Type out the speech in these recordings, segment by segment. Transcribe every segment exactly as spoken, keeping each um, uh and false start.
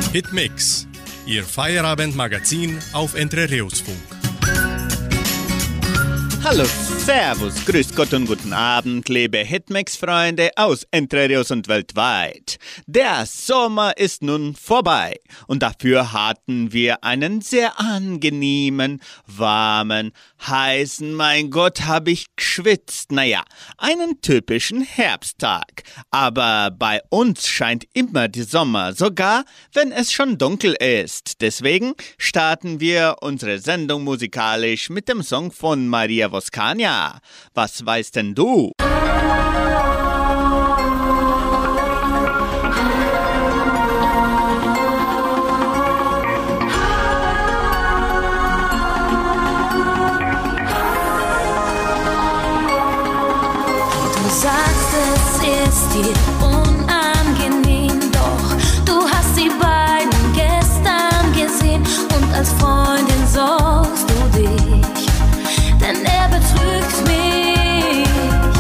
Hitmix, Ihr Feierabendmagazin auf Entre Rios Funk. Hallo, Servus, Grüß Gott und guten Abend, liebe Hitmix-Freunde aus Entre Rios und weltweit. Der Sommer ist nun vorbei und dafür hatten wir einen sehr angenehmen, warmen, heißen, mein Gott, hab ich geschwitzt, naja, einen typischen Herbsttag. Aber bei uns scheint immer die Sommer, sogar wenn es schon dunkel ist. Deswegen starten wir unsere Sendung musikalisch mit dem Song von Maria Voskania. Was weißt denn du? Du sagst, es ist dir unangenehm, doch du hast die beiden gestern gesehen und als Freundin sorgst du dich, denn er betrügt mich.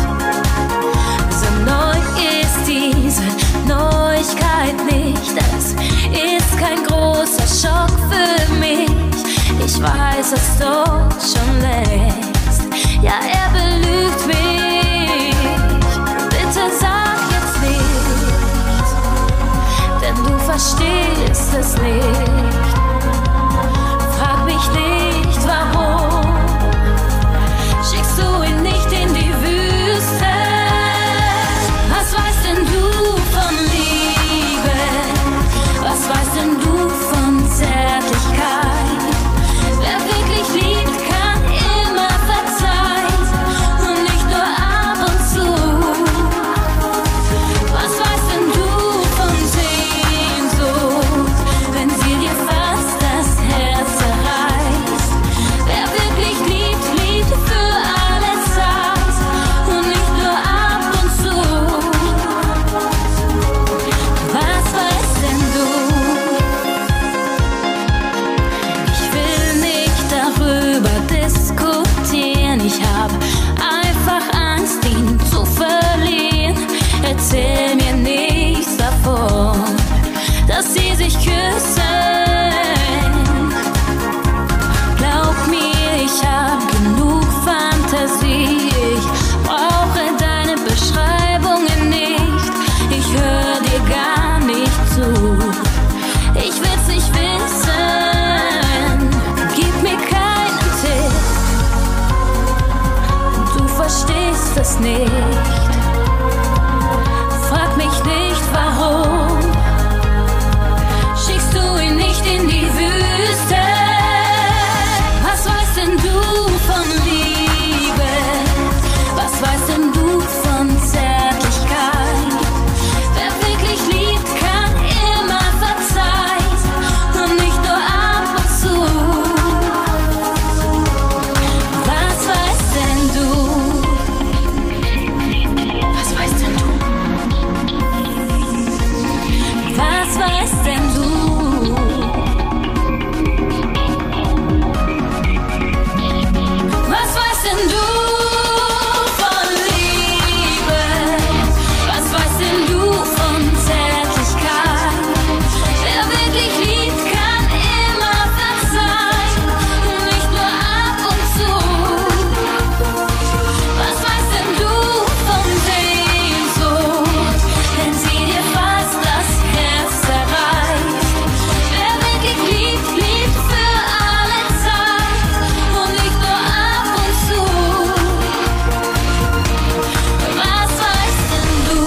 So neu ist diese Neuigkeit nicht, es ist kein großer Schock für mich. Ich weiß es doch schon längst, ja, er belügt mich. Bitte sag jetzt nichts, denn du verstehst es nicht. Frag mich nicht, warum schickst du ihn nicht in die Wüste? Was weißt denn du von Liebe? Was weißt denn du von Zärtlichkeit? Wer wirklich liebt, kann immer verzeihen und nicht nur ab und zu. Was weißt denn du von Sehnsucht, wenn sie dir fast das Herz zerreißt? Wer wirklich liebt, liebt für alle Zeit und nicht nur ab und zu. Was weißt denn du? Ich will nicht darüber diskutieren, ich hab einfach Angst, ihn zu verlieren. Erzähl mir nichts davon, dass sie sich küssen. Glaub mir, ich hab genug Fantasie, ich brauche deine Beschreibungen nicht. Ich hör dir gar nicht zu, ich will's nicht wissen. Gib mir keinen Tipp, du verstehst es nicht. Frag mich nicht, warum schickst du ihn nicht in die Wüste? Was weißt denn du von Liebe? Was weißt denn du von Zärtlichkeit? Wer wirklich liebt, kann immer verzeihen und nicht nur ab und zu. Was weißt denn du? Was weißt denn du? Was weißt denn du? Was weißt denn du von Liebe? Was weißt denn du von Zärtlichkeit? Wer wirklich liebt, kann immer verzeihen und nicht nur ab und zu. Was weißt denn du von Sehnsucht, wenn sie dir fast das Herz zerreißt? Wer wirklich liebt, liebt für alle Zeit und nicht nur ab und zu. Was weißt denn du?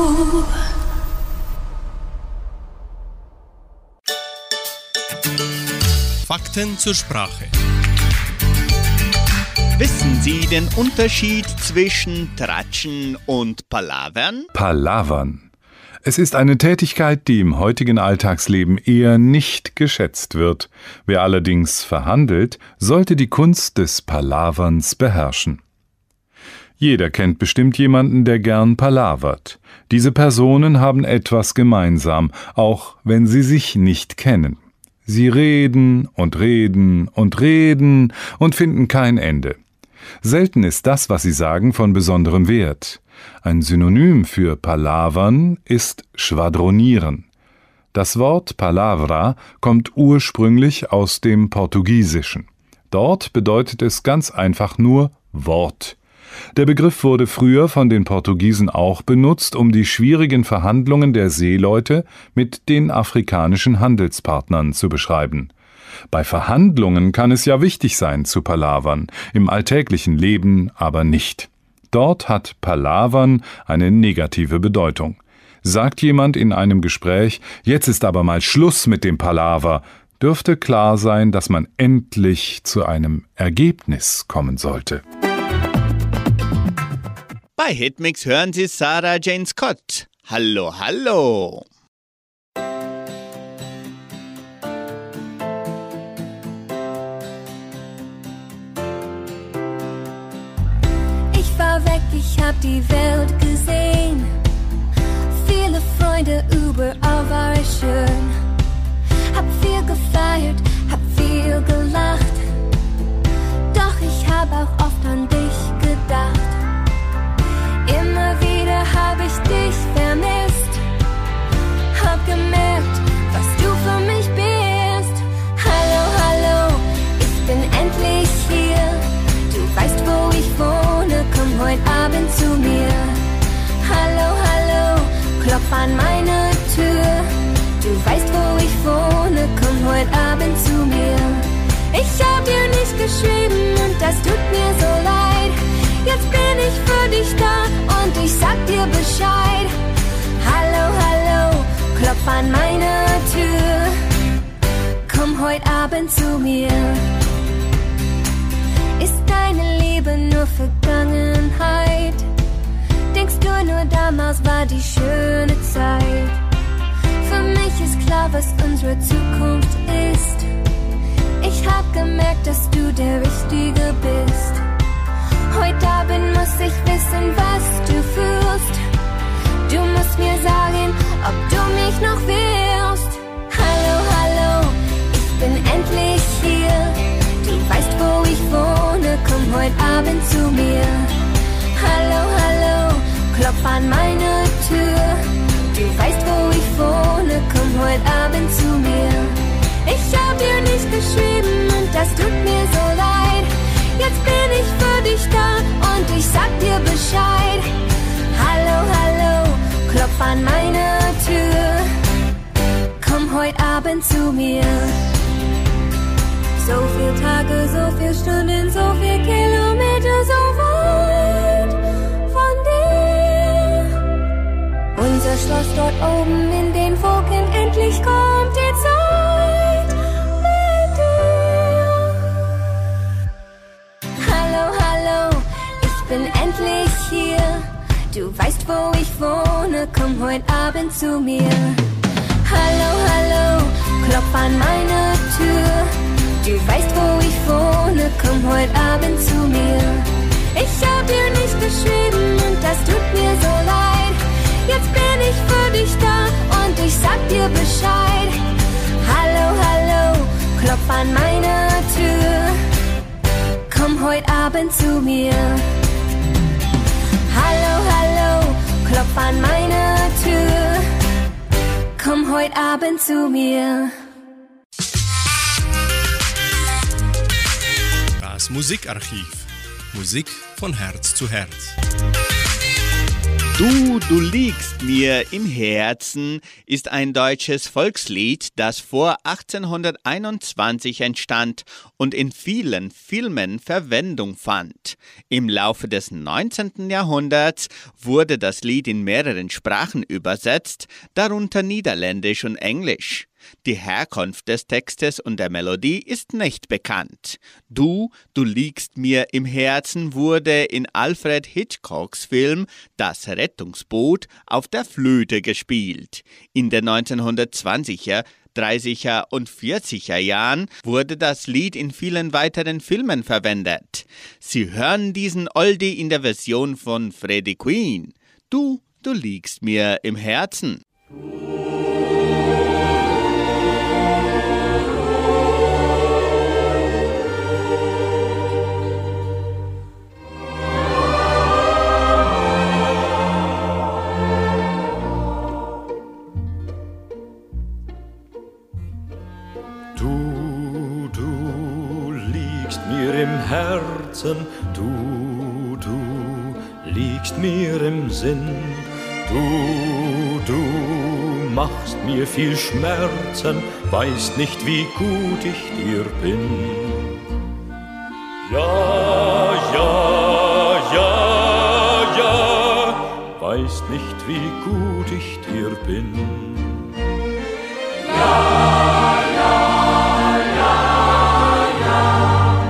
Fakten zur Sprache. Wissen Sie den Unterschied zwischen Tratschen und Palavern? Palavern. Es ist eine Tätigkeit, die im heutigen Alltagsleben eher nicht geschätzt wird. Wer allerdings verhandelt, sollte die Kunst des Palaverns beherrschen. Jeder kennt bestimmt jemanden, der gern palavert. Diese Personen haben etwas gemeinsam, auch wenn sie sich nicht kennen. Sie reden und reden und reden und finden kein Ende. Selten ist das, was sie sagen, von besonderem Wert. Ein Synonym für palavern ist schwadronieren. Das Wort Palavra kommt ursprünglich aus dem Portugiesischen. Dort bedeutet es ganz einfach nur Wort. Der Begriff wurde früher von den Portugiesen auch benutzt, um die schwierigen Verhandlungen der Seeleute mit den afrikanischen Handelspartnern zu beschreiben. Bei Verhandlungen kann es ja wichtig sein, zu palavern, im alltäglichen Leben aber nicht. Dort hat palavern eine negative Bedeutung. Sagt jemand in einem Gespräch, jetzt ist aber mal Schluss mit dem Palaver, dürfte klar sein, dass man endlich zu einem Ergebnis kommen sollte. Bei Hitmix hören Sie Sarah Jane Scott. Hallo, hallo. Ich war weg, ich hab die Welt gesehen. Viele Freunde, überall war es schön. Hab viel gefeiert, hab viel gelacht. Doch ich hab auch oft an dich gedacht. Immer wieder hab ich dich vermisst. Hab gemerkt, was du für mich bist. Hallo, hallo, ich bin endlich hier. Du weißt, wo ich wohne, komm heute Abend zu mir. Hallo, hallo, klopf an meine Tür. Du weißt, wo ich wohne, komm heute Abend zu mir. Ich hab dir nicht geschrieben und das tut mir so leid. Jetzt bin ich für dich da und ich sag dir Bescheid. Hallo, hallo, klopf an meine Tür. Komm heute Abend zu mir. Ist deine Liebe nur Vergangenheit? Denkst du nur damals war die schöne Zeit? Für mich ist klar, was unsere Zukunft ist. Ich hab gemerkt, dass du der Richtige bist. Heute Abend muss ich wissen, was du fühlst. Du musst mir sagen, ob du mich noch willst. Hallo, hallo, ich bin endlich hier. Du weißt, wo ich wohne, komm heute Abend zu mir. Hallo, hallo, klopf an meine Tür. Du weißt, wo ich wohne, komm heute Abend zu mir. Ich hab dir nicht geschrieben und das tut mir so leid. Jetzt bin ich für dich da und ich sag dir Bescheid. Hallo, hallo, klopf an meine Tür. Komm heute Abend zu mir. So viele Tage, so viele Stunden, so viele Kilometer, so weit von dir. Unser Schloss dort oben in den Wolken, endlich kommt die Zeit mit dir. Hallo, hallo, ich bin endlich hier. Du weißt, wo ich wohne, komm heute Abend zu mir. Hallo, hallo, klopf an meine Tür. Du weißt, wo ich wohne, komm heute Abend zu mir. Ich hab dir nicht geschrieben und das tut mir so leid. Jetzt bin ich für dich da und ich sag dir Bescheid. Hallo, hallo, klopf an meine Tür. Komm heute Abend zu mir. Hallo, hallo, klopf an meine Tür. Komm heute Abend zu mir. Das Musikarchiv. Musik von Herz zu Herz. Du, du liegst mir im Herzen ist ein deutsches Volkslied, das vor achtzehnhunderteinundzwanzig entstand und in vielen Filmen Verwendung fand. Im Laufe des neunzehnten Jahrhunderts wurde das Lied in mehreren Sprachen übersetzt, darunter Niederländisch und Englisch. Die Herkunft des Textes und der Melodie ist nicht bekannt. Du, du liegst mir im Herzen wurde in Alfred Hitchcocks Film Das Rettungsboot auf der Flöte gespielt. In den neunzehnhundertzwanziger, dreißiger und vierziger Jahren wurde das Lied in vielen weiteren Filmen verwendet. Sie hören diesen Oldie in der Version von Freddie Quinn. Du, du liegst mir im Herzen. Du, du liegst mir im Herzen, du, du liegst mir im Sinn. Du, du machst mir viel Schmerzen, weißt nicht, wie gut ich dir bin. Ja, ja, ja, ja, weißt nicht, wie gut ich dir bin. Ja, ja, ja, ja.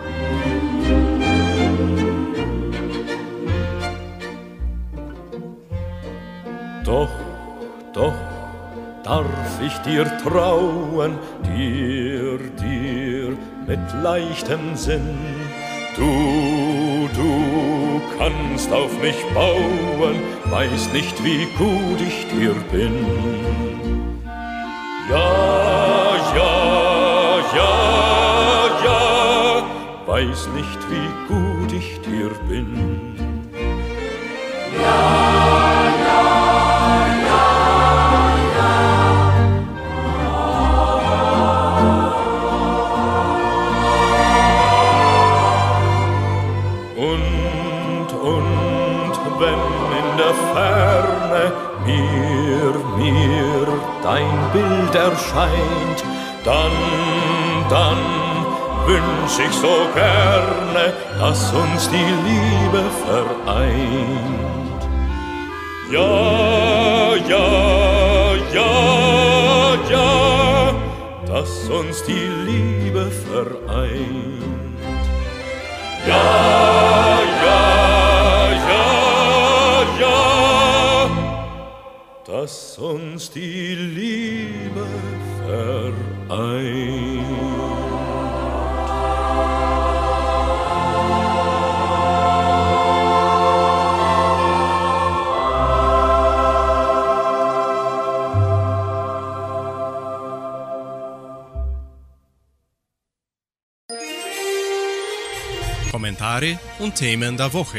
Doch, doch, darf ich dir trauen, dir, dir mit leichtem Sinn. Du, du kannst auf mich bauen, weißt nicht, wie gut ich dir bin. Ja, ja, ja, ja, weiß nicht, wie gut ich dir bin. Ja, ja, ja, ja. Und, und, wenn in der Ferne mir, mir dein Bild erscheint, dann, dann wünsch ich so gerne, dass uns die Liebe vereint. Ja, ja, ja, ja, dass uns die Liebe vereint. Ja, ja, ja, ja, dass uns die Liebe vereint. Kommentare und Themen der Woche.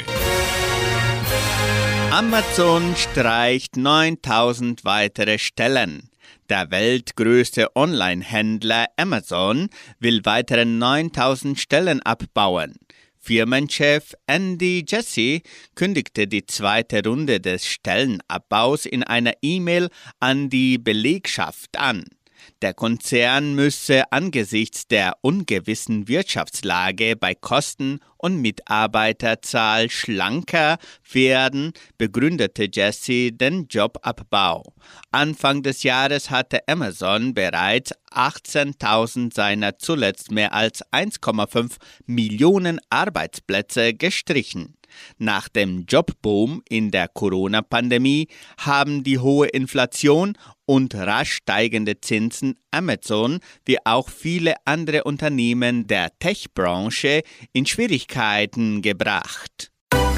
Amazon streicht neuntausend weitere Stellen. Der weltgrößte Online-Händler Amazon will weitere neuntausend Stellen abbauen. Firmenchef Andy Jassy kündigte die zweite Runde des Stellenabbaus in einer E-Mail an die Belegschaft an. Der Konzern müsse angesichts der ungewissen Wirtschaftslage bei Kosten und Mitarbeiterzahl schlanker werden, begründete Jassy den Jobabbau. Anfang des Jahres hatte Amazon bereits achtzehntausend seiner zuletzt mehr als eins Komma fünf Millionen Arbeitsplätze gestrichen. Nach dem Jobboom in der Corona-Pandemie haben die hohe Inflation und rasch steigende Zinsen Amazon wie auch viele andere Unternehmen der Tech-Branche in Schwierigkeiten gebracht.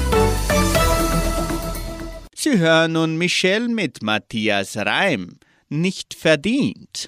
Sie hören nun Michelle mit Matthias Reim. Nicht verdient.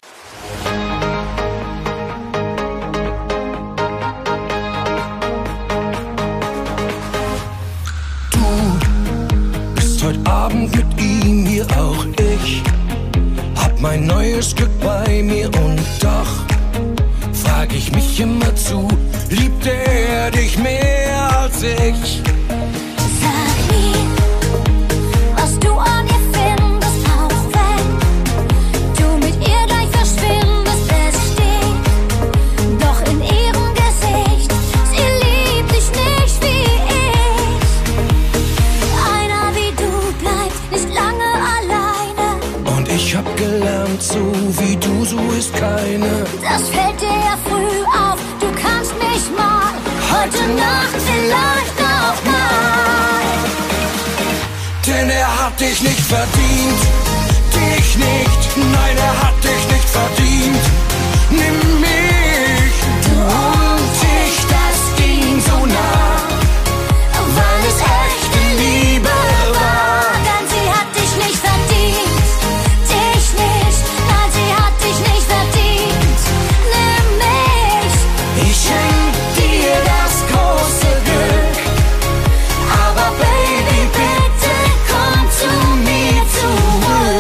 Heute Abend mit ihm, hier auch ich. Hab mein neues Glück bei mir und doch frag ich mich immer zu, liebt er dich mehr als ich? Sag mir, was du an ihr findest, auch wenn du mit ihr gleich verschwindest, es steht doch in ihrem Gesicht, sie liebt dich nicht wie ich. Einer wie du bleibt nicht lange alleine. Und ich hab gelernt, so wie du, so ist keine. Das fällt dir ja früh auf, du kannst mich mal heute Nacht vielleicht auch mal. Denn er hat dich nicht verdient, dich nicht, nein, er hat dich nicht verdient. Nimm mich, du und ich, das ging so nah, weil es echte Liebe war. Denn sie hat dich nicht verdient, dich nicht, nein, sie hat dich nicht verdient. Nimm mich, Ich schenk dir das große Glück, aber Baby, bitte komm zu mir zurück.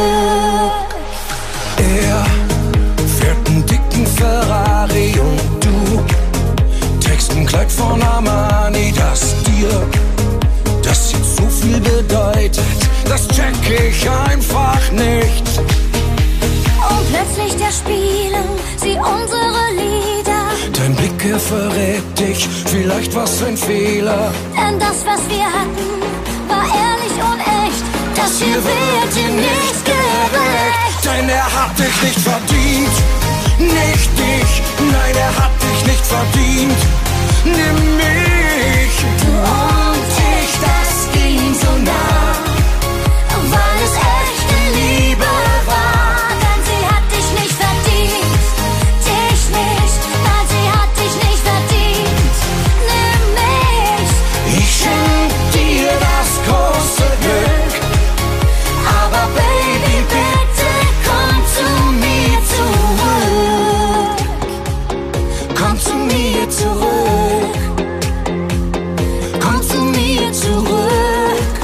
verrät dich, vielleicht war's ein Fehler. Denn das, was wir hatten, war ehrlich und echt. Das hier wird dir nicht gerecht. Denn er hat dich nicht verdient, nicht dich, nein, er hat dich nicht verdient. Nimm mich, Du und ich, das ging so nah, weil es echte Liebe war. Denn sie hat dich nicht verdient, dich nicht, nein, sie hat dich nicht verdient. Nimm mich, ich schenk dir das große Glück. aber Baby, bitte komm zu mir zurück. Komm zu mir zurück, Komm zu mir zurück.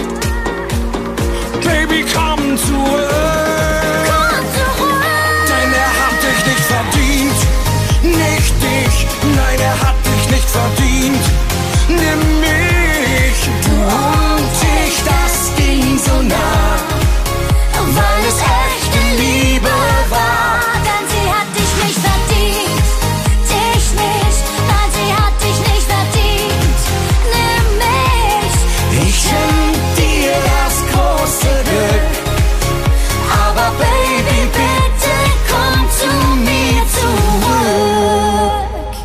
Baby, komm zurück. Komm zurück. Denn er hat dich nicht verdient, nicht dich, nein, er hat dich nicht verdient. Nimm mich, Du und ich, das ging so nah, weil es echte Liebe war. Denn sie hat dich nicht verdient, dich nicht, nein, sie hat dich nicht verdient. Nimm mich, ich schenk dir das große Glück. aber Baby, bitte komm zu mir zurück.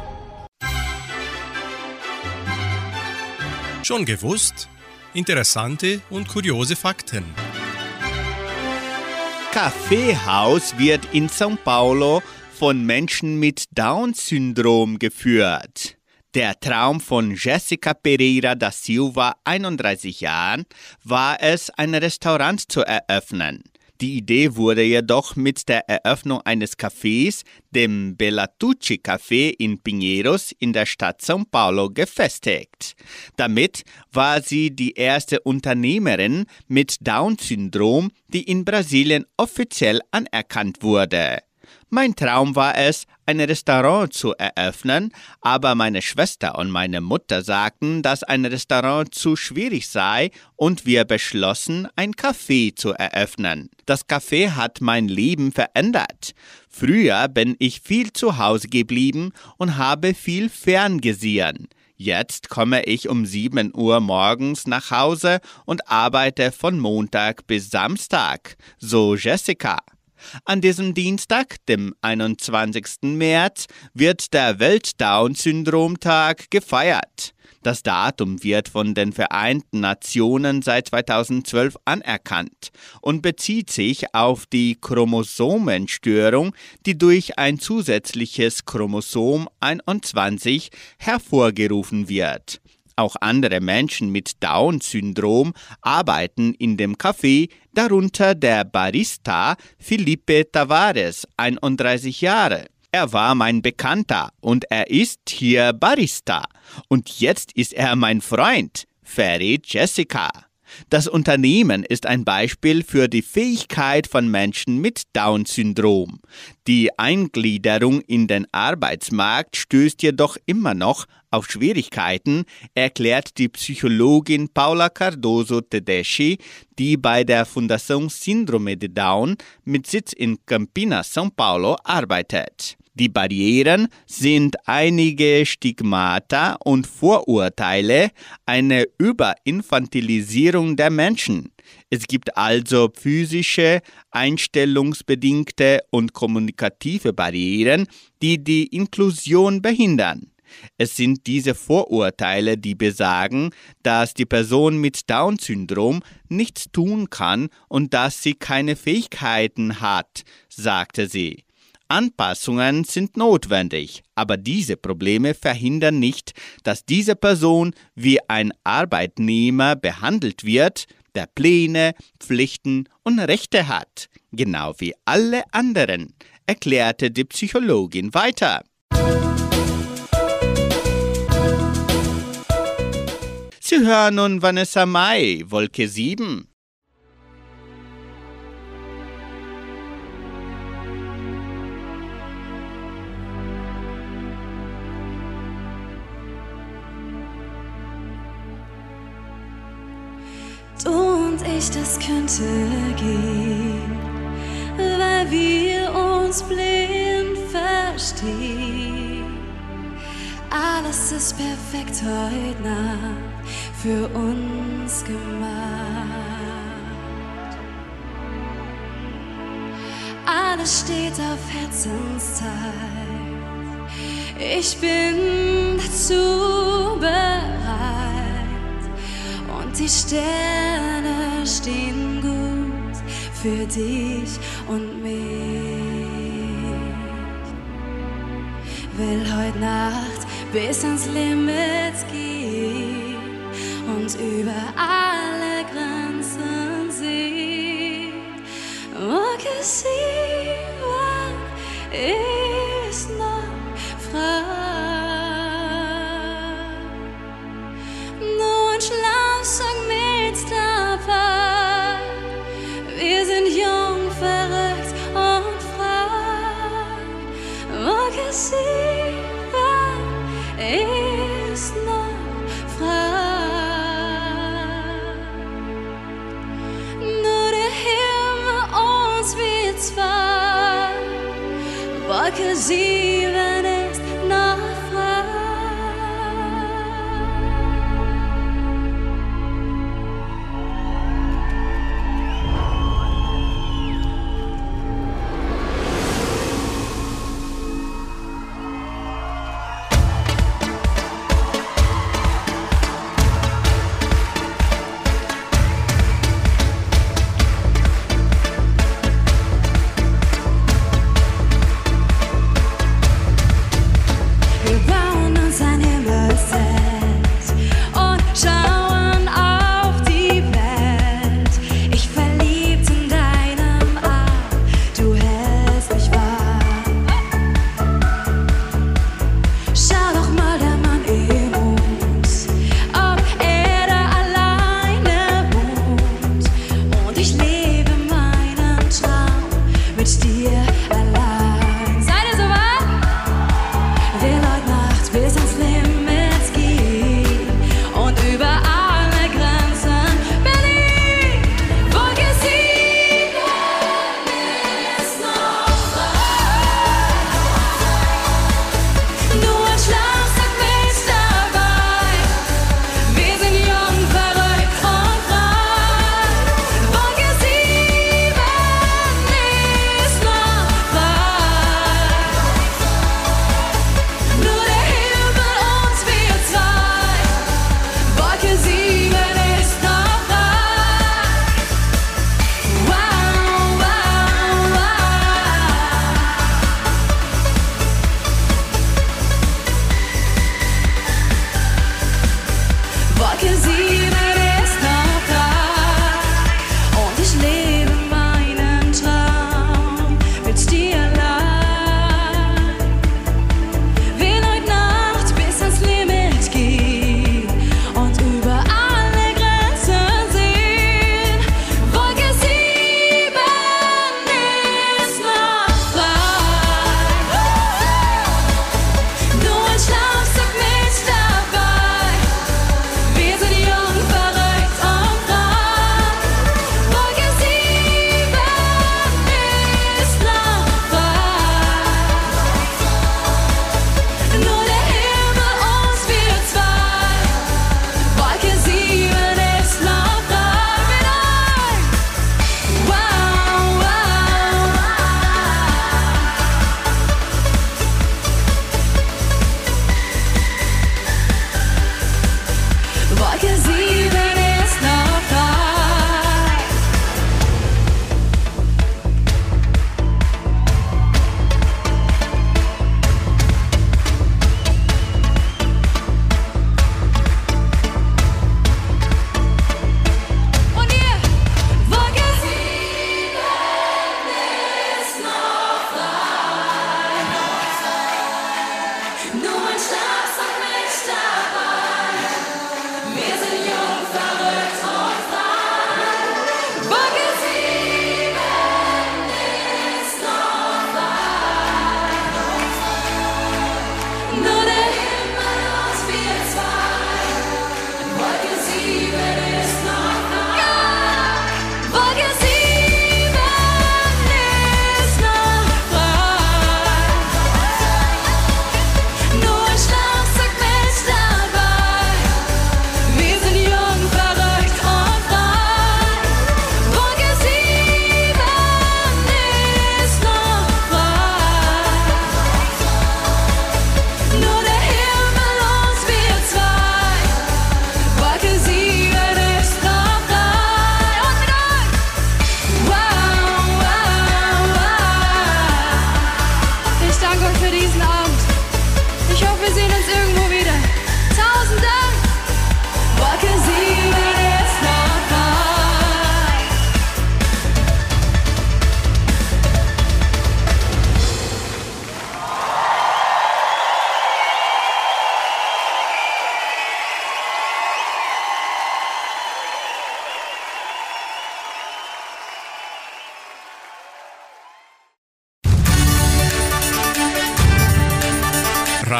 Schon gewusst? Interessante und kuriose Fakten. Kaffeehaus wird in São Paulo von Menschen mit Down-Syndrom geführt. Der Traum von Jessica Pereira da Silva, einunddreißig Jahren, war es, ein Restaurant zu eröffnen. Die Idee wurde jedoch mit der Eröffnung eines Cafés, dem Bellatucci Café in Pinheiros in der Stadt São Paulo, gefestigt. Damit war sie die erste Unternehmerin mit Down-Syndrom, die in Brasilien offiziell anerkannt wurde. Mein Traum war es, ein Restaurant zu eröffnen, aber meine Schwester und meine Mutter sagten, dass ein Restaurant zu schwierig sei und wir beschlossen, ein Café zu eröffnen. Das Café hat mein Leben verändert. Früher bin ich viel zu Hause geblieben und habe viel ferngesehen. Jetzt komme ich um sieben Uhr morgens nach Hause und arbeite von Montag bis Samstag, so Jessica. An diesem Dienstag, dem einundzwanzigsten März, wird der Welt-Down-Syndrom-Tag gefeiert. Das Datum wird von den Vereinten Nationen seit zweitausendzwölf anerkannt und bezieht sich auf die Chromosomenstörung, die durch ein zusätzliches Chromosom einundzwanzig hervorgerufen wird. Auch andere Menschen mit Down-Syndrom arbeiten in dem Café, darunter der Barista Felipe Tavares, einunddreißig Jahre. Er war mein Bekannter und er ist hier Barista. Und jetzt ist er mein Freund, verrät Jessica. Das Unternehmen ist ein Beispiel für die Fähigkeit von Menschen mit Down-Syndrom. Die Eingliederung in den Arbeitsmarkt stößt jedoch immer noch auf Schwierigkeiten, erklärt die Psychologin Paula Cardoso Tedeschi, die bei der Fundação Síndrome de Down mit Sitz in Campinas, São Paulo, arbeitet. Die Barrieren sind einige Stigmata und Vorurteile, eine Überinfantilisierung der Menschen. Es gibt also physische, einstellungsbedingte und kommunikative Barrieren, die die Inklusion behindern. Es sind diese Vorurteile, die besagen, dass die Person mit Down-Syndrom nichts tun kann und dass sie keine Fähigkeiten hat, sagte sie. Anpassungen sind notwendig, aber diese Probleme verhindern nicht, dass diese Person wie ein Arbeitnehmer behandelt wird, der Pläne, Pflichten und Rechte hat, genau wie alle anderen, erklärte die Psychologin weiter. Sie hören nun Vanessa Mai, Wolke sieben. Du und ich, das könnte gehen, weil wir uns blind verstehen. Alles ist perfekt heute Nacht für uns gemacht. Alles steht auf Herzenszeit. Ich bin dazu bereit und die Sterne stehen gut für dich und mich. Will heute Nacht bis ans Limit gehen und über alle Grenzen sehen. Okay, sie ist noch frei. Nur ein Schlafsack mit dabei. Wir sind jung, verrückt und frei. Okay, sie ist noch frei. Nur der Himmel uns wir zwei. Wolke sieben ist noch frei.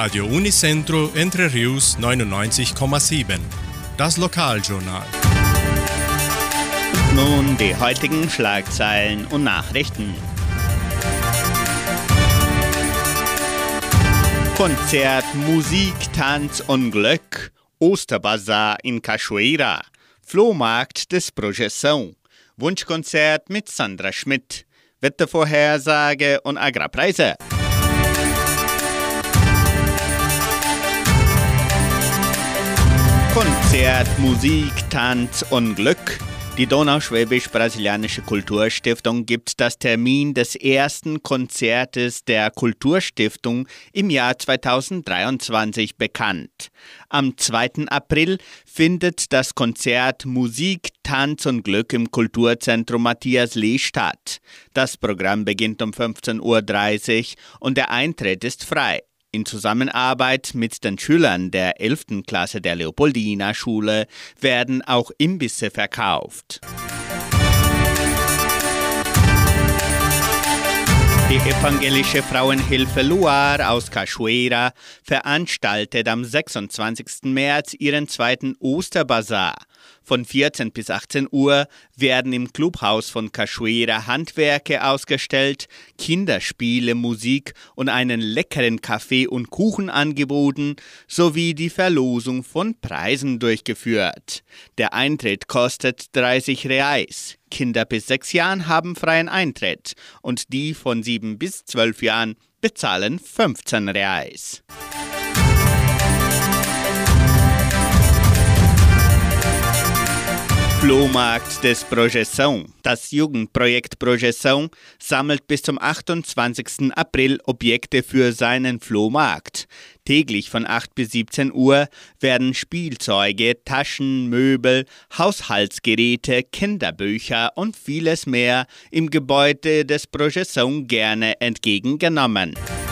Radio Unicentro Entre Rius neunundneunzig Komma sieben. Das Lokaljournal. Nun die heutigen Schlagzeilen und Nachrichten. Konzert, Musik, Tanz und Glück. Osterbazar in Cachoeira. Flohmarkt des Projeção. Wunschkonzert mit Sandra Schmidt. Wettervorhersage und Agrarpreise. Konzert, Musik, Tanz und Glück. Die Donauschwäbisch-Brasilianische Kulturstiftung gibt das Termin des ersten Konzertes der Kulturstiftung im Jahr zweitausenddreiundzwanzig bekannt. Am zweiten April findet das Konzert Musik, Tanz und Glück im Kulturzentrum Matthias Lee statt. Das Programm beginnt um fünfzehn Uhr dreißig und der Eintritt ist frei. In Zusammenarbeit mit den Schülern der elften Klasse der Leopoldina-Schule werden auch Imbisse verkauft. Die evangelische Frauenhilfe Luar aus Cachoeira veranstaltet am sechsundzwanzigsten März ihren zweiten Osterbazar. Von vierzehn bis achtzehn Uhr werden im Clubhaus von Cachoeira Handwerke ausgestellt, Kinderspiele, Musik und einen leckeren Kaffee und Kuchen angeboten, sowie die Verlosung von Preisen durchgeführt. Der Eintritt kostet dreißig Reais. Kinder bis sechs Jahren haben freien Eintritt und die von sieben bis zwölf Jahren bezahlen fünfzehn Reais. Flohmarkt des Projeção. Das Jugendprojekt Projeção sammelt bis zum achtundzwanzigsten April Objekte für seinen Flohmarkt. Täglich von acht bis siebzehn Uhr werden Spielzeuge, Taschen, Möbel, Haushaltsgeräte, Kinderbücher und vieles mehr im Gebäude des Projeção gerne entgegengenommen.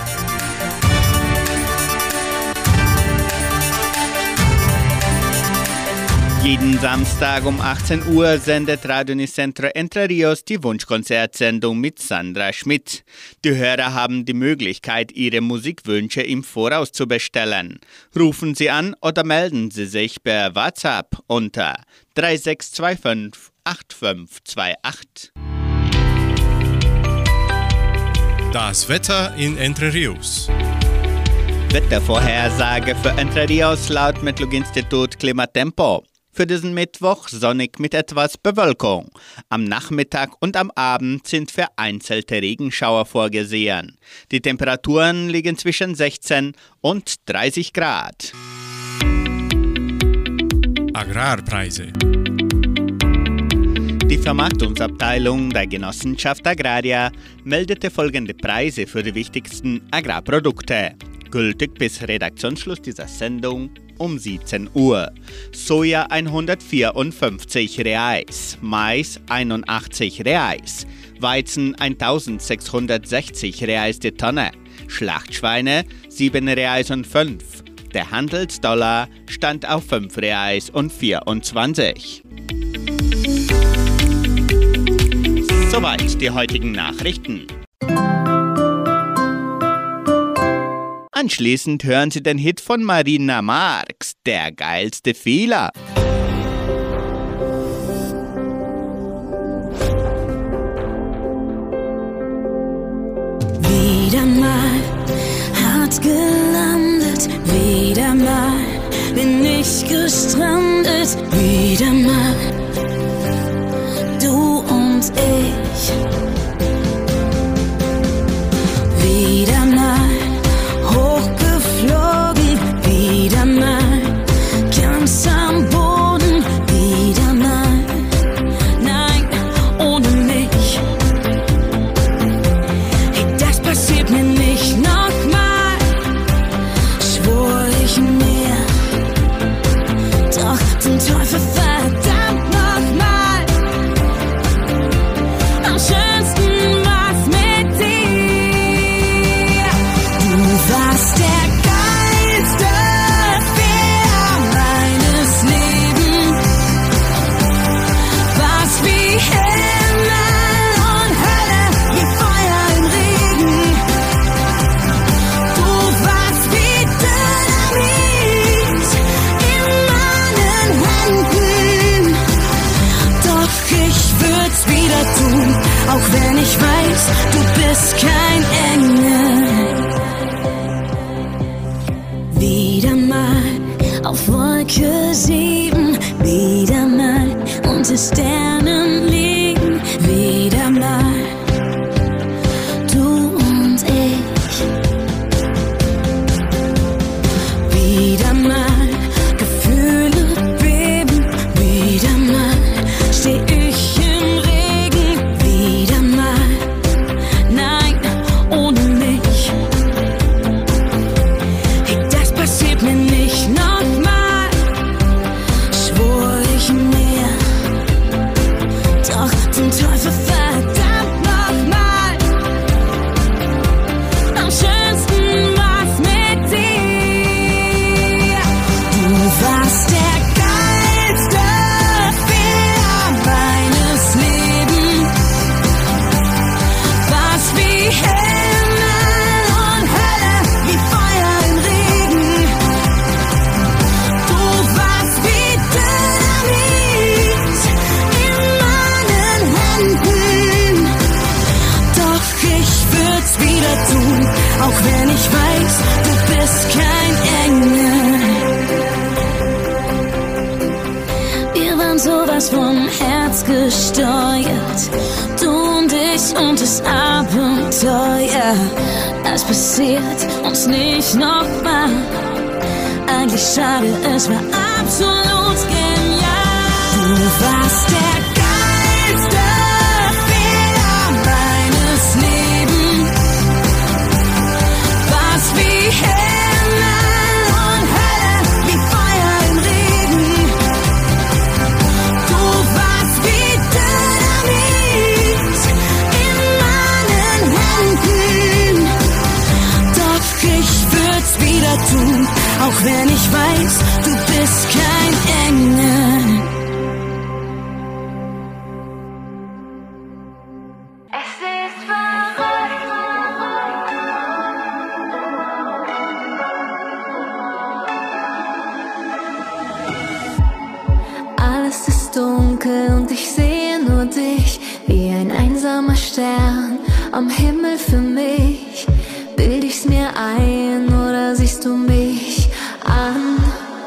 Jeden Samstag um achtzehn Uhr sendet Radio Unicentro Entre Rios die Wunschkonzertsendung mit Sandra Schmidt. Die Hörer haben die Möglichkeit, ihre Musikwünsche im Voraus zu bestellen. Rufen Sie an oder melden Sie sich per WhatsApp unter drei sechs zwei fünf acht fünf zwei acht. Das Wetter in Entre Rios. Wettervorhersage für Entre Rios laut Metlog-Institut Klimatempo. Für diesen Mittwoch sonnig mit etwas Bewölkung. Am Nachmittag und am Abend sind vereinzelte Regenschauer vorgesehen. Die Temperaturen liegen zwischen sechzehn und dreißig Grad. Agrarpreise. Die Vermarktungsabteilung der Genossenschaft Agraria meldete folgende Preise für die wichtigsten Agrarprodukte. Gültig bis Redaktionsschluss dieser Sendung um siebzehn Uhr. Soja hundertvierundfünfzig Reais, Mais einundachtzig Reais, Weizen eintausendsechshundertsechzig Reais die Tonne, Schlachtschweine sieben Reais und fünf. Der Handelsdollar stand auf fünf Reais und vierundzwanzig. Soweit die heutigen Nachrichten. Anschließend hören Sie den Hit von Marina Marx, der geilste Fehler. Wieder mal hart gelandet, wieder mal bin ich gestrandet, wieder mal du und ich. Wieder mal hochgeflogen, wieder mal ganz am Boden, wieder mal, nein, ohne mich. Hey, das passiert mir nicht nochmal, schwor ich mir, doch zum Teufel verdammt bist kein Engel. Wieder mal auf Wolke sieben, wieder mal unter Sternen liegen, wieder mal du und ich. Wieder mal Gefühle beben, wieder mal steh ich im Regen, wieder mal nein, ohne mich. Hey, das passiert mir nicht nochmal, schwor ich mir. Doch zum Teufel verdammt nochmal. Am schönsten war's mit dir. Du warst der geilste Fehler meines Lebens. Warst wie Himmel und Hölle, wie Feuer im Regen. Du warst wie Dynamit in meinen Händen. Doch ich würd's wieder tun, auch wenn ich weiß, du bist kein Engel. Wir waren sowas vom Herz gesteuert, du und ich und das Abenteuer. Das passiert uns nicht nochmal. Eigentlich schade, es war absolut genial. Du warst der geilste Fehler meines Lebens. Warst wie Himmel und Hölle, wie Feuer im Regen. Du warst wie Dynamit in meinen Händen. Doch ich würd's wieder tun, auch wenn ich weiß, du bist kein Engel. Es ist verrückt. Alles ist dunkel und ich sehe nur dich, wie ein einsamer Stern am Himmel für mich. Bild ich's mir ein oder siehst du mich an?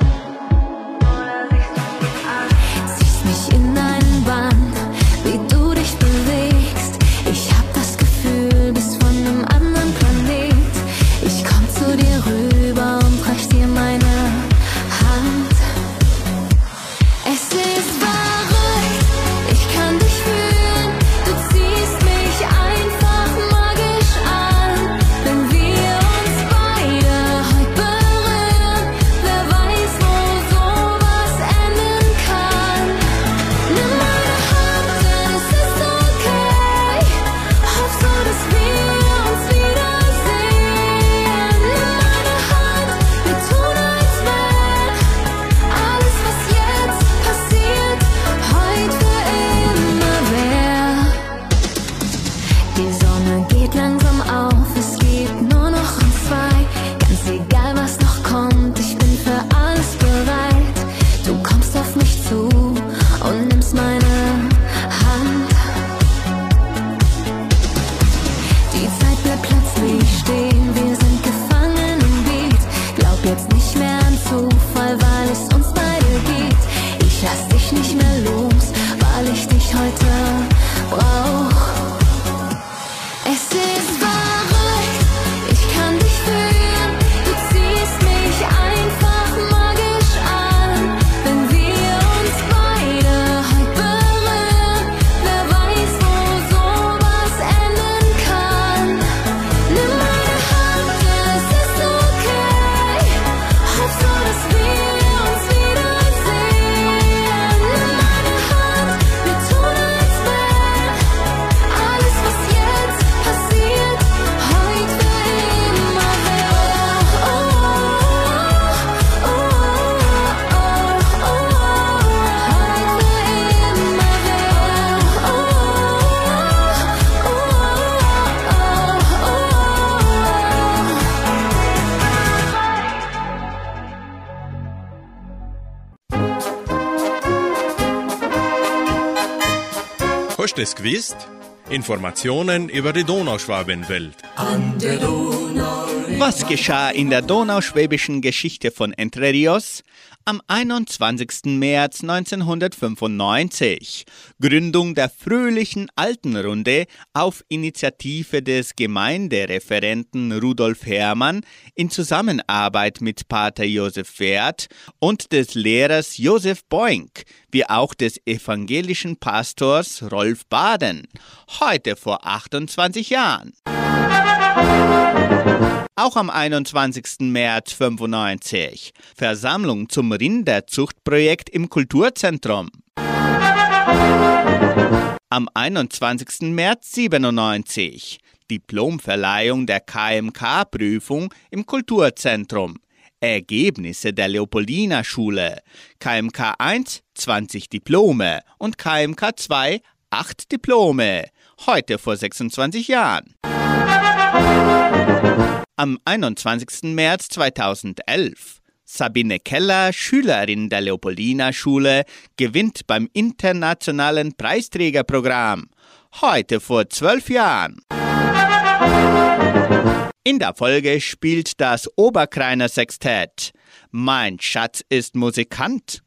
Ziehst mich in einen Bann, wie du dich bewegst. Ich hab das Gefühl, bist von einem anderen Planet. Ich komm zu dir rüber und reich dir meine Hand. Es ist verrückt, ich kann dich fühlen. Du ziehst mich einfach magisch an. Wenn wir uns beide heute berühren, wer weiß, wo sowas enden kann. Nimm meine Hand, denn es ist okay. Hoff so, dass wir uns wiedersehen. Nimm meine Hand, wir tun, als wenn alles, was jetzt passiert, heute für immer wär. Die Sonne geht langsam auf, es geht nur noch um zwei. Ganz egal, was noch kommt, ich bin für alles bereit. Du kommst auf mich zu und nimmst meine Hand. Die Zeit bleibt plötzlich stehen, wir sind gefangen im Beat. Glaub jetzt nicht mehr an Zufall, weil es uns beide gibt. Ich lass dich nicht mehr los, weil ich dich heute brauch. Es ist verrückt, ich kann dich fühlen. Du ziehst mich einfach magisch an. Wenn wir uns beide heute berühren, wer weiß, wo sowas enden kann. Nimm meine Hand, denn es ist okay. Hoff so, dass wir uns wiedersehen. Nimm meine Hand, wir tun, als wenn alles, was jetzt passiert, heute für immer wär. Oh, oh, oh, oh, oh, oh, heute für immer wär. Oh, Hast du es gewusst? Informationen über die Donauschwabenwelt. An der Donau. Was geschah in der donauschwäbischen Geschichte von Entre Rios? Am einundzwanzigsten März neunzehnhundertfünfundneunzig. Gründung der Fröhlichen Altenrunde auf Initiative des Gemeindereferenten Rudolf Herrmann in Zusammenarbeit mit Pater Josef Werth und des Lehrers Josef Boink, wie auch des evangelischen Pastors Rolf Baden. Heute vor achtundzwanzig Jahren. Auch am einundzwanzigsten März fünfundneunzig. Versammlung zum Rinderzuchtprojekt im Kulturzentrum. Am einundzwanzigsten März siebenundneunzig. Diplomverleihung der K M K-Prüfung im Kulturzentrum. Ergebnisse der Leopoldina-Schule. K M K eins zwanzig Diplome und K M K zwei acht Diplome. Heute vor sechsundzwanzig Jahren. Am einundzwanzigsten März zweitausendelf. Sabine Keller, Schülerin der Leopoldina-Schule, gewinnt beim internationalen Preisträgerprogramm. Heute vor zwölf Jahren. In der Folge spielt das Oberkreiner Sextett. Mein Schatz ist Musikant.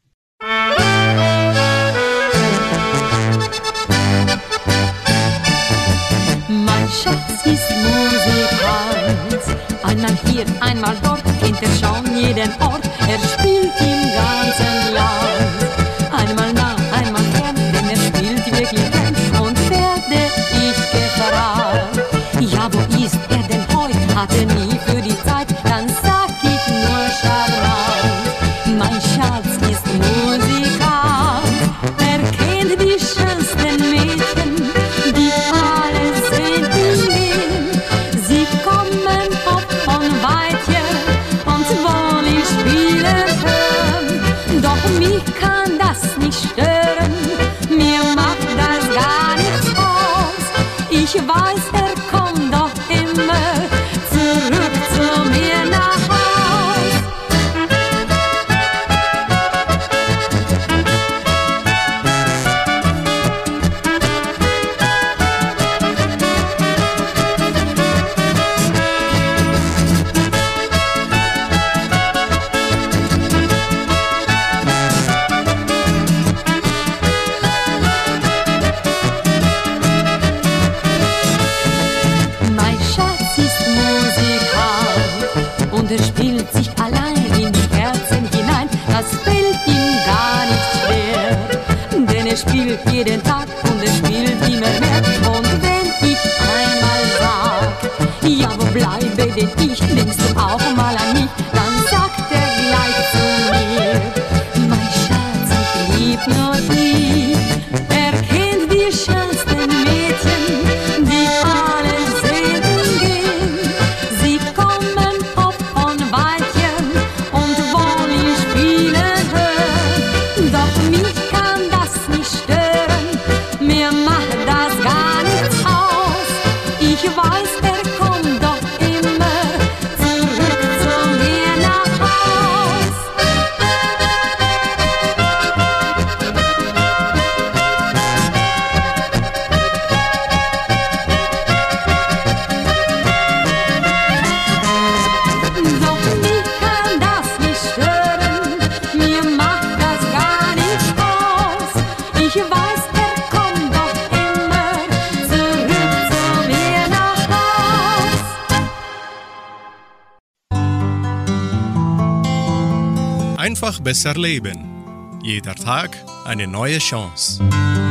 Mein Schatz ist Musikant, einmal hier, einmal dort, kennt er schon jeden Ort, er spielt im ganzen Land. Einmal nah, einmal fern, denn er spielt wirklich gern und werde ich gefragt. Ja, wo ist er denn heut, hat er nie für die Zeit, dann sag ich nur charmant. Mein Schatz ist Musikant, er kennt die schönsten Mädchen, die alle sehen ihn. Sie kommen oft von weit her und wollen spielen hören. Doch mich kann das nicht stören, mir macht das gar nichts aus. Ich weiß, er kommt doch immer zurück zu mir nach Haus. Mein Schatz ist Musikant und er spielt sich allein in die Herzen hinein. Das fällt ihm gar nicht schwer, denn er spielt jeden Tag und er spielt immer mehr. Und wenn ich einmal sag, ja, wo bleibe denn ich, denkst du auch mal an mich, dann sagt er gleich zu mir, mein Schatz, ich lieb nur dich. Er kennt die schönsten Mädchen, die alle sehen ihn gehen. Sie kommen oft von weit her und wollen spielen hören. Doch mich kann das nicht stören, mir macht das gar nichts aus. Ich weiß, er kommt doch immer zurück zu mir nach Haus. Doch mich kann das nicht stören, mir macht das gar nichts aus. Ich weiß, er kommt doch immer zurück zu mir nach Haus. Einfach besser leben. Jeder Tag eine neue Chance.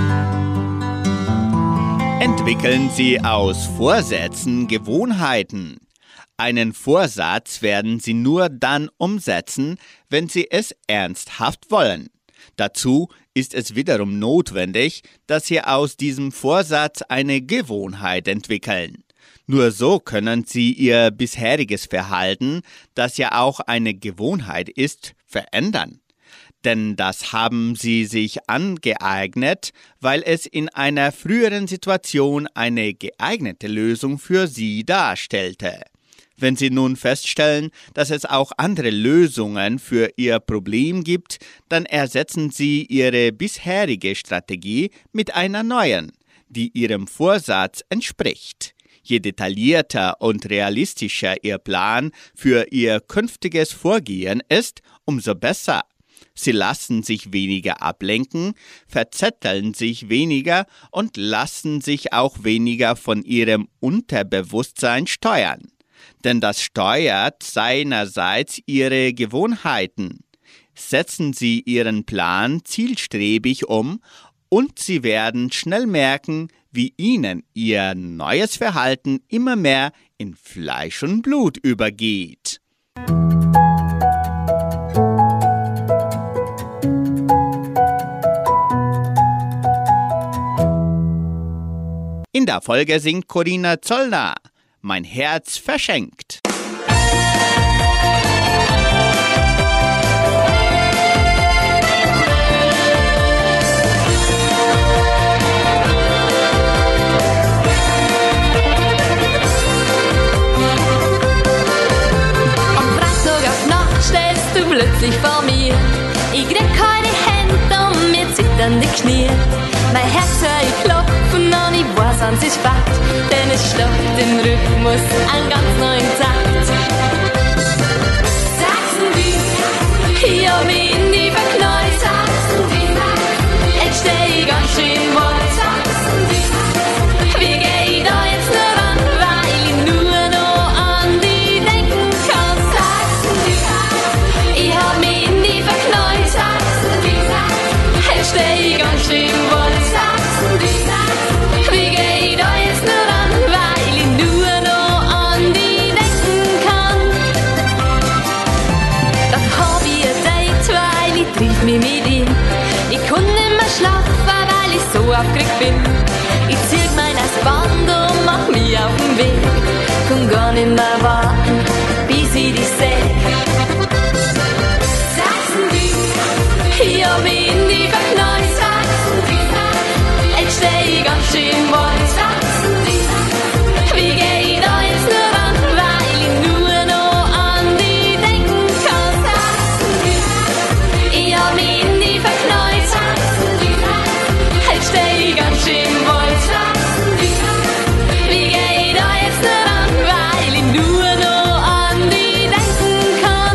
Entwickeln Sie aus Vorsätzen Gewohnheiten. Einen Vorsatz werden Sie nur dann umsetzen, wenn Sie es ernsthaft wollen. Dazu ist es wiederum notwendig, dass Sie aus diesem Vorsatz eine Gewohnheit entwickeln. Nur so können Sie Ihr bisheriges Verhalten, das ja auch eine Gewohnheit ist, verändern. Denn das haben Sie sich angeeignet, weil es in einer früheren Situation eine geeignete Lösung für Sie darstellte. Wenn Sie nun feststellen, dass es auch andere Lösungen für Ihr Problem gibt, dann ersetzen Sie Ihre bisherige Strategie mit einer neuen. die ihrem Vorsatz entspricht. Je detaillierter und realistischer Ihr Plan für Ihr künftiges Vorgehen ist, umso besser. Sie lassen sich weniger ablenken, verzetteln sich weniger und lassen sich auch weniger von Ihrem Unterbewusstsein steuern. Denn das steuert seinerseits Ihre Gewohnheiten. Setzen Sie Ihren Plan zielstrebig um und Sie werden schnell merken, wie Ihnen Ihr neues Verhalten immer mehr in Fleisch und Blut übergeht. In der Folge singt Corinna Zollner Mein Herz verschenkt. Du plötzlich vor mir. Ich krieg keine Hände und mir zittern die Knie. Mein Herz hör ich klopfen und ich weiß, ans ist Fakt, denn es schlagt im Rhythmus einen ganz neuen Takt. Sagst du wie? Ich hab mich in die verknallt. Sagst du wie? Jetzt steh ich ganz schön im Wald. Sagst du wie? Wie geh ich da jetzt nur ran, weil ich nur noch an die denken kann. Sagst du wie? Ich hab mich in die verknallt, sagst du wie? Jetzt steh ich ganz schön im Wald, sagst du wie? Wie geh ich da jetzt nur ran, weil ich nur noch an die denken kann. Dann hab ich ein Date, weil ich triff mich mit ihm. Ich kann nicht mehr schlafen, weil ich so aufgeregt bin. Ich zieh mein Band und mach mich auf den Weg. Kann gar nicht mehr warten, bis ich dich seh. Ich hab mich in die verknallt, sagst du wie? Jetzt steh ich ganz schön im Wald, sagst du wie? Wie geh ich da jetzt nur ran, weil ich nur noch an die denken kann, sagst du wie? Ich hab mich in die verknallt, sagst du wie? Jetzt steh ich ganz schön im Wald, sagst du wie? Wie geh ich da jetzt nur ran, weil ich nur noch an die denken kann.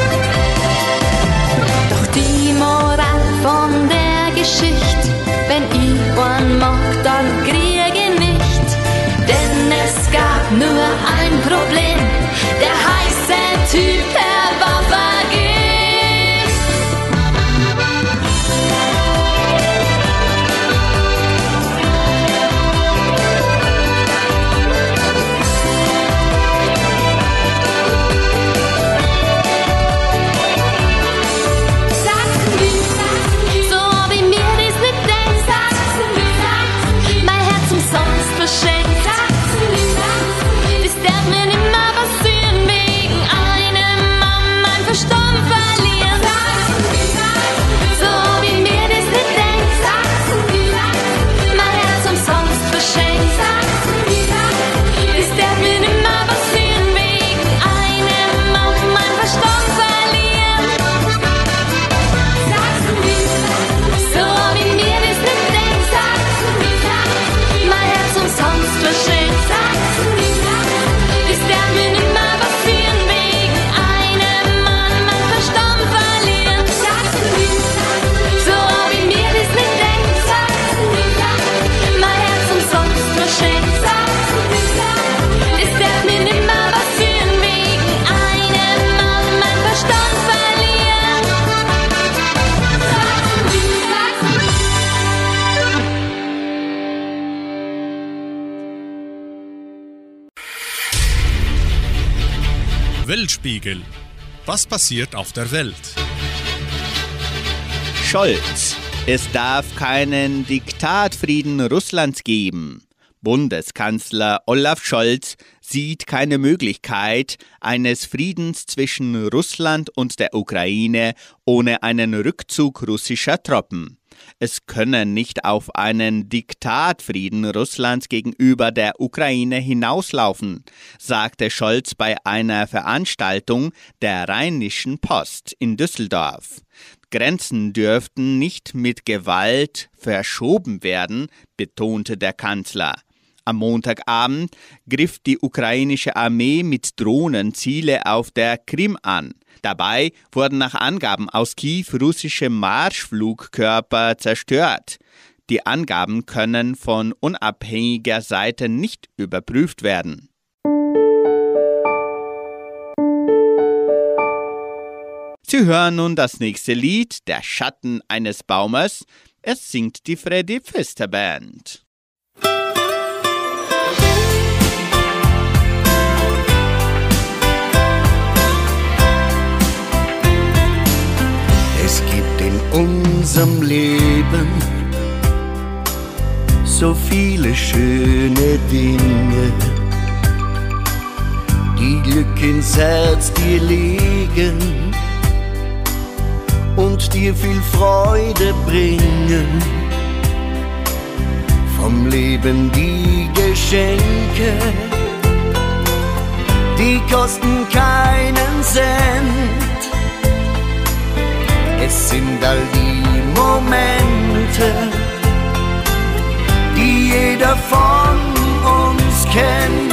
Doch die Moral von der Geschichte, wenn ich einen mag, dann krieg ich nicht. Denn es gab nur ein Problem, der heiße Typ, er war vergeben. Weltspiegel. Was passiert auf der Welt? Scholz. Es darf keinen Diktatfrieden Russlands geben. Bundeskanzler Olaf Scholz sieht keine Möglichkeit eines Friedens zwischen Russland und der Ukraine ohne einen Rückzug russischer Truppen. Es könne nicht auf einen Diktatfrieden Russlands gegenüber der Ukraine hinauslaufen, sagte Scholz bei einer Veranstaltung der Rheinischen Post in Düsseldorf. Grenzen dürften nicht mit Gewalt verschoben werden, betonte der Kanzler. Am Montagabend griff die ukrainische Armee mit Drohnen Ziele auf der Krim an. Dabei wurden nach Angaben aus Kiew russische Marschflugkörper zerstört. Die Angaben können von unabhängiger Seite nicht überprüft werden. Sie hören nun das nächste Lied, Der Schatten eines Baumes. Es singt die Freddy Pfister Band. Es gibt in unserem Leben so viele schöne Dinge, die Glück ins Herz dir legen und dir viel Freude bringen. Vom Leben die Geschenke, die kosten keinen Cent. Es sind all die Momente, die jeder von uns kennt.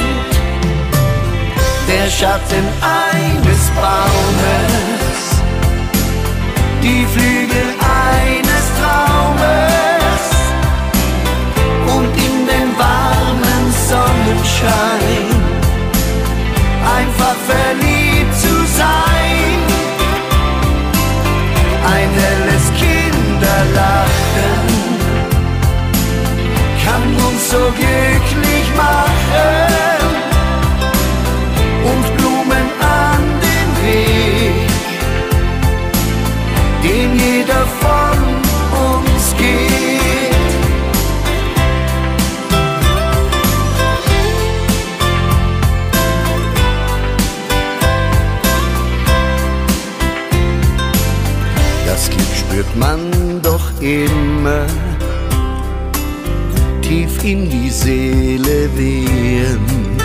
Der Schatten eines Baumes, die Flügel eines Traumes und in den warmen Sonnenschein einfach verliebt zu sein. Ein helles Kinderlachen kann uns so glücklich machen und Blumen an den Weg, den jeder von uns geht. Das Glück spürt man doch immer tief in die Seele wehen.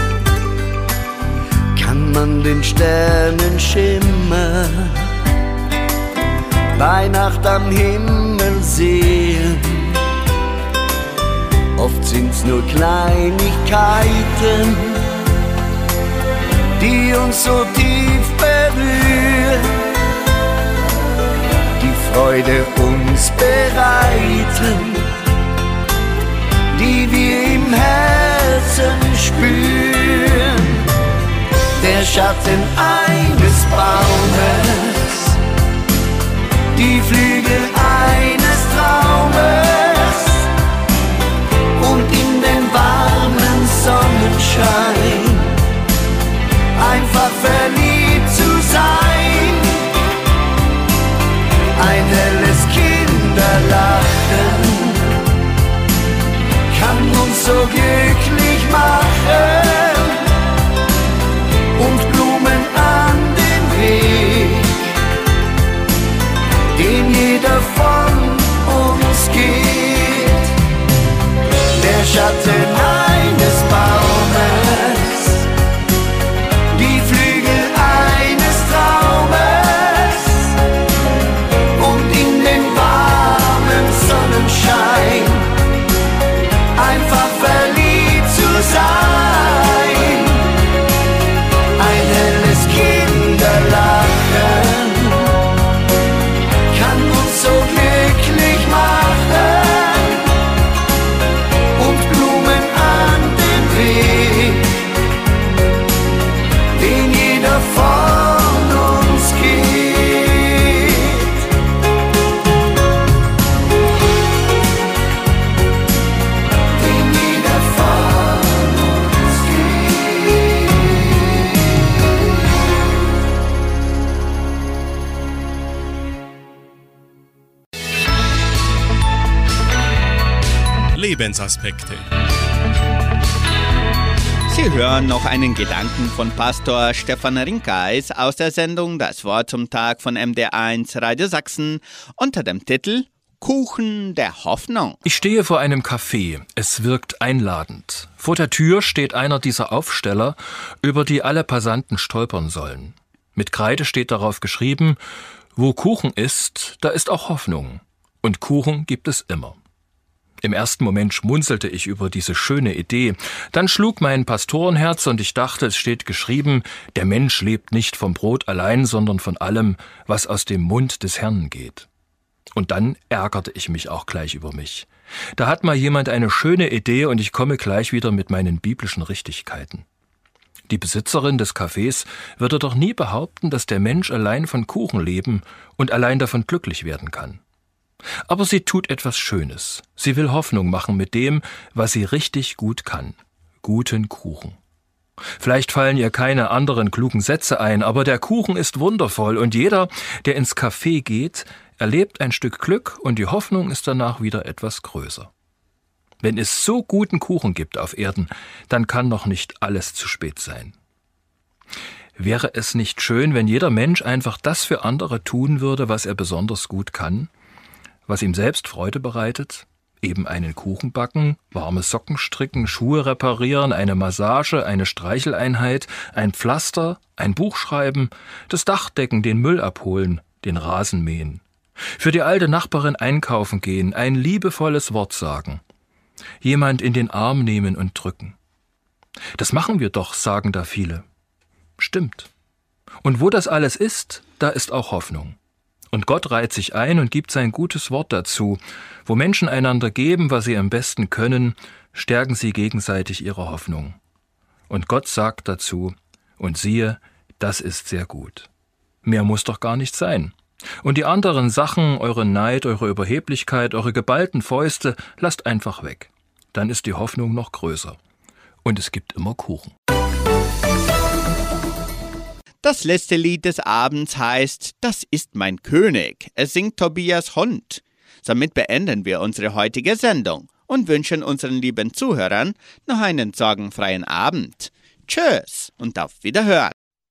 Kann man den Sternenschimmer bei Nacht am Himmel sehen. Oft sind's nur Kleinigkeiten, die uns so tief berühren, die Freude uns bereiten, die wir im Herzen spüren. Der Schatten eines Baumes, die Flügel eines Traumes und in den warmen Sonnenschein einfach verliebt zu sein. Ein helles Kinderlachen kann uns so glücklich machen und Blumen an den Weg, den jeder von uns geht. Der Schatten eines Baumes, die Flügel eines Traumes und in den warmen Sonnenschein einfach verliebt zu sein. Ein helles Kinderlachen kann uns so glücklich machen und Blumen an den Weg, den jeder von uns geht. Den jeder von uns geht. Lebensaspekte. Sie hören noch einen Gedanken von Pastor Stefan Rinkeis aus der Sendung Das Wort zum Tag von M D eins Radio Sachsen unter dem Titel Kuchen der Hoffnung. Ich stehe vor einem Café. Es wirkt einladend. Vor der Tür steht einer dieser Aufsteller, über die alle Passanten stolpern sollen. Mit Kreide steht darauf geschrieben: Wo Kuchen ist, da ist auch Hoffnung. Und Kuchen gibt es immer. Im ersten Moment schmunzelte ich über diese schöne Idee. Dann schlug mein Pastorenherz und ich dachte, es steht geschrieben, der Mensch lebt nicht vom Brot allein, sondern von allem, was aus dem Mund des Herrn geht. Und dann ärgerte ich mich auch gleich über mich. Da hat mal jemand eine schöne Idee und ich komme gleich wieder mit meinen biblischen Richtigkeiten. Die Besitzerin des Cafés würde doch nie behaupten, dass der Mensch allein von Kuchen leben und allein davon glücklich werden kann. Aber sie tut etwas Schönes. Sie will Hoffnung machen mit dem, was sie richtig gut kann. Guten Kuchen. Vielleicht fallen ihr keine anderen klugen Sätze ein, aber der Kuchen ist wundervoll und jeder, der ins Café geht, erlebt ein Stück Glück und die Hoffnung ist danach wieder etwas größer. Wenn es so guten Kuchen gibt auf Erden, dann kann noch nicht alles zu spät sein. Wäre es nicht schön, wenn jeder Mensch einfach das für andere tun würde, was er besonders gut kann? Was ihm selbst Freude bereitet, eben einen Kuchen backen, warme Socken stricken, Schuhe reparieren, eine Massage, eine Streicheleinheit, ein Pflaster, ein Buch schreiben, das Dach decken, den Müll abholen, den Rasen mähen. Für die alte Nachbarin einkaufen gehen, ein liebevolles Wort sagen. Jemand in den Arm nehmen und drücken. Das machen wir doch, sagen da viele. Stimmt. Und wo das alles ist, da ist auch Hoffnung. Und Gott reiht sich ein und gibt sein gutes Wort dazu. Wo Menschen einander geben, was sie am besten können, stärken sie gegenseitig ihre Hoffnung. Und Gott sagt dazu, und siehe, das ist sehr gut. Mehr muss doch gar nicht sein. Und die anderen Sachen, eure Neid, eure Überheblichkeit, eure geballten Fäuste, lasst einfach weg. Dann ist die Hoffnung noch größer. Und es gibt immer Kuchen. Das letzte Lied des Abends heißt »Das ist mein König«. Es singt Tobias Hund. Damit beenden wir unsere heutige Sendung und wünschen unseren lieben Zuhörern noch einen sorgenfreien Abend. Tschüss und auf Wiederhören.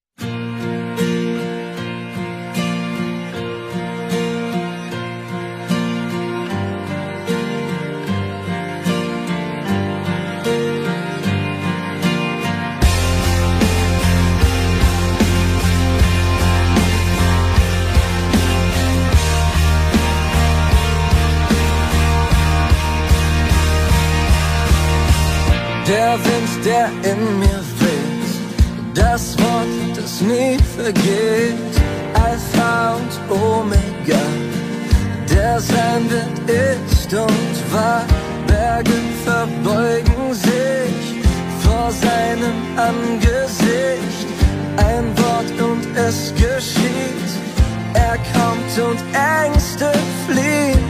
Der Wind, der in mir weht, das Wort, das nie vergeht, Alpha und Omega, der sein wird, ist und war. Berge verbeugen sich vor seinem Angesicht, ein Wort und es geschieht, er kommt und Ängste fliehen.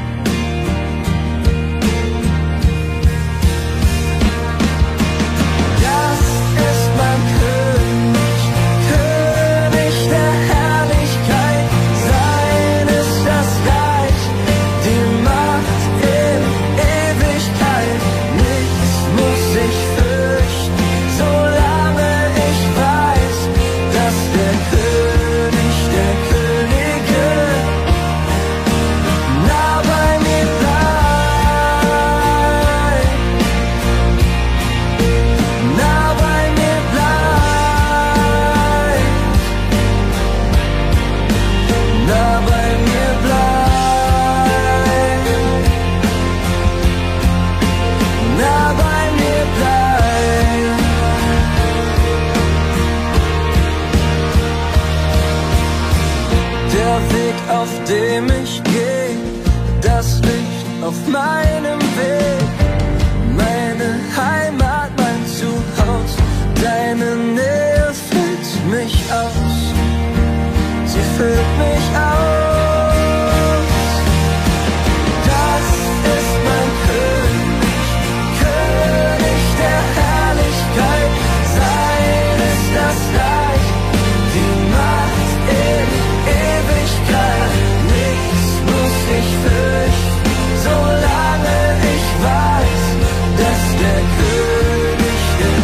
Auf dem ich gehe, das Licht auf meinem Weg, meine Heimat, mein Zuhause, deine Nähe füllt mich aus, sie füllt mich aus. Das ist mein König, König der Herrlichkeit, sein ist das Reich, die Macht in Ewigkeit. Ich fürchte, solange ich weiß, dass der König der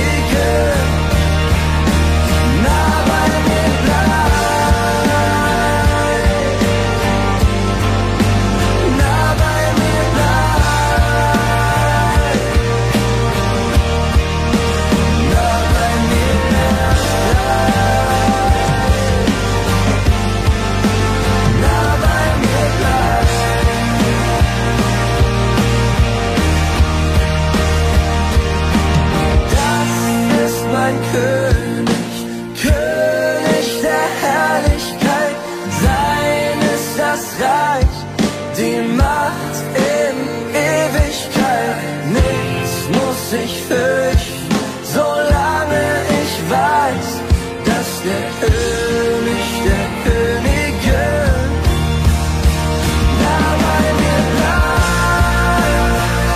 Könige nah bei mir bleibt. mein König, König der Herrlichkeit. Sein ist das Reich, die Macht in Ewigkeit. Nichts muss ich fürchten, solange ich weiß, dass der König der Könige nah bei mir bleibt.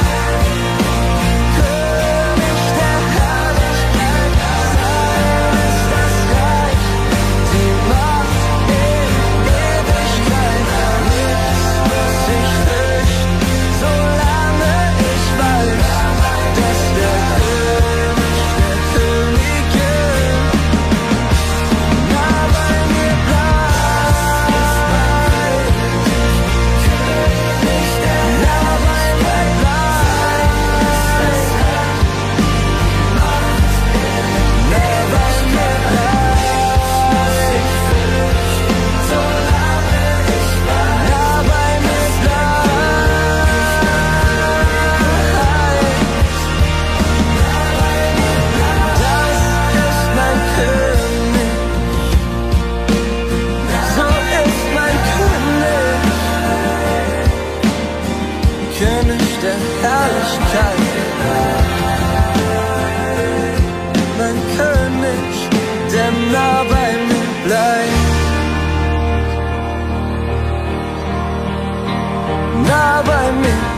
König der Herrlichkeit, sein ist das Reich, die Macht in Ewigkeit. Nichts muss ich fürchten, solange ich weiß, dass der König der Könige nah bei mir bleibt. König der nah bei mir bleibt. Nah bei mir bleibt. Solange ich weiß, nah bei mir bleibt. Das ist mein König. So ist mein König. König der Herrlichkeit. Mein König, der nah bei mir bleibt. Nah bei mir